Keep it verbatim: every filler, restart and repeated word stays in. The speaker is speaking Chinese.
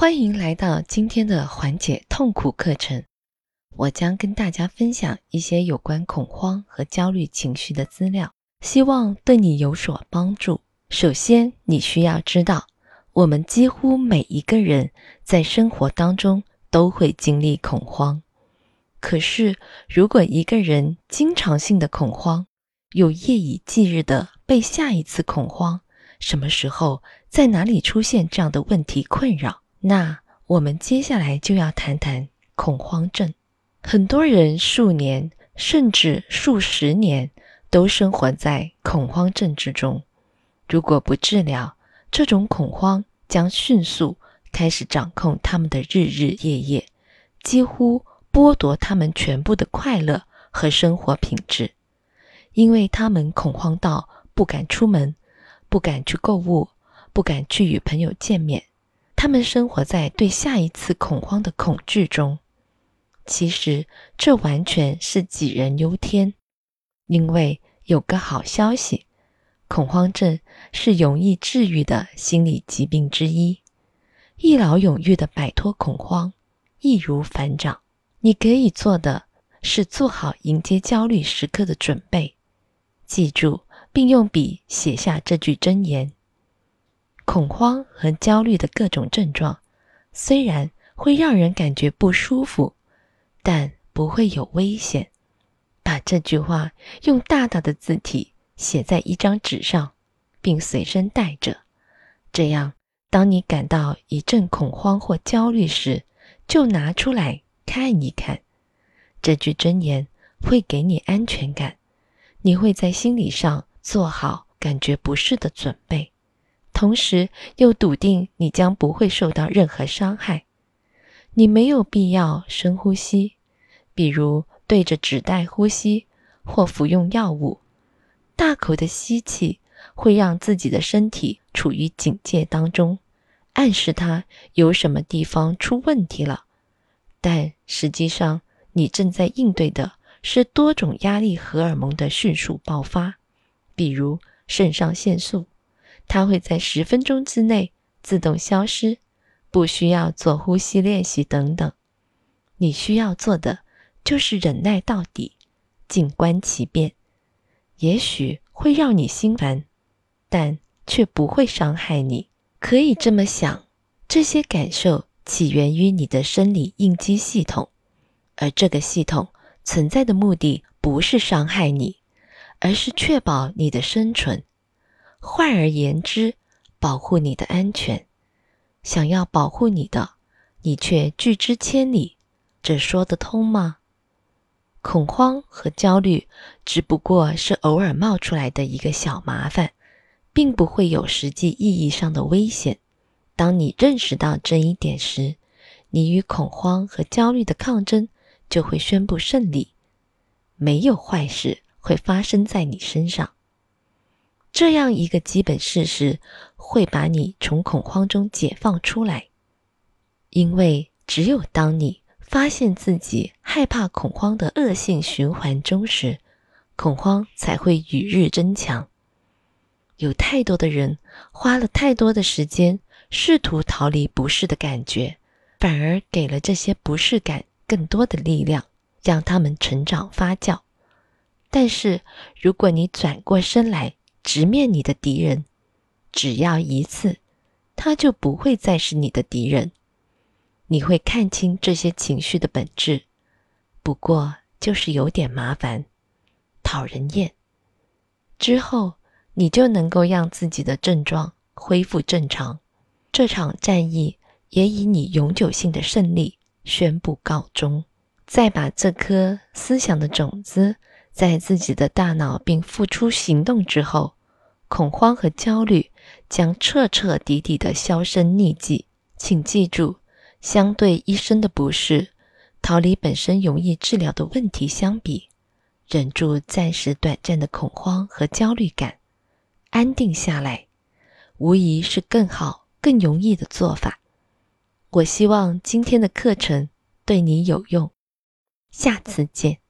欢迎来到今天的缓解痛苦课程。我将跟大家分享一些有关恐慌和焦虑情绪的资料，希望对你有所帮助。首先，你需要知道，我们几乎每一个人在生活当中都会经历恐慌。可是，如果一个人经常性的恐慌，又夜以继日的被下一次恐慌，什么时候在哪里出现这样的问题困扰，那我们接下来就要谈谈恐慌症。很多人数年甚至数十年都生活在恐慌症之中，如果不治疗，这种恐慌将迅速开始掌控他们的日日夜夜，几乎剥夺他们全部的快乐和生活品质。因为他们恐慌到不敢出门，不敢去购物，不敢去与朋友见面，他们生活在对下一次恐慌的恐惧中。其实这完全是杞人忧天，因为有个好消息，恐慌症是容易治愈的心理疾病之一，一劳永逸的摆脱恐慌，易如反掌。你可以做的是做好迎接焦虑时刻的准备，记住并用笔写下这句箴言：恐慌和焦虑的各种症状，虽然会让人感觉不舒服，但不会有危险。把这句话用大大的字体写在一张纸上，并随身带着。这样，当你感到一阵恐慌或焦虑时，就拿出来看一看。这句箴言会给你安全感，你会在心理上做好感觉不适的准备，同时又笃定你将不会受到任何伤害。你没有必要深呼吸，比如对着纸袋呼吸或服用药物。大口的吸气会让自己的身体处于警戒当中，暗示它有什么地方出问题了。但实际上，你正在应对的是多种压力荷尔蒙的迅速爆发，比如肾上腺素，它会在十分钟之内自动消失，不需要做呼吸练习等等。你需要做的就是忍耐到底，静观其变。也许会让你心烦，但却不会伤害你。可以这么想，这些感受起源于你的生理应激系统，而这个系统存在的目的不是伤害你，而是确保你的生存。换而言之，保护你的安全。想要保护你的，你却拒之千里，这说得通吗？恐慌和焦虑只不过是偶尔冒出来的一个小麻烦，并不会有实际意义上的危险。当你认识到这一点时，你与恐慌和焦虑的抗争就会宣布胜利，没有坏事会发生在你身上。这样一个基本事实会把你从恐慌中解放出来，因为只有当你发现自己害怕恐慌的恶性循环中时，恐慌才会与日增强。有太多的人花了太多的时间试图逃离不适的感觉，反而给了这些不适感更多的力量，让他们成长发酵。但是如果你转过身来直面你的敌人，只要一次，他就不会再是你的敌人。你会看清这些情绪的本质，不过就是有点麻烦，讨人厌。之后，你就能够让自己的症状恢复正常。这场战役也以你永久性的胜利宣布告终。再把这颗思想的种子在自己的大脑并付出行动之后，恐慌和焦虑将彻彻底底的销声匿迹。请记住，相对一生的不适，逃离本身容易治疗的问题相比，忍住暂时短暂的恐慌和焦虑感，安定下来，无疑是更好、更容易的做法。我希望今天的课程对你有用，下次见。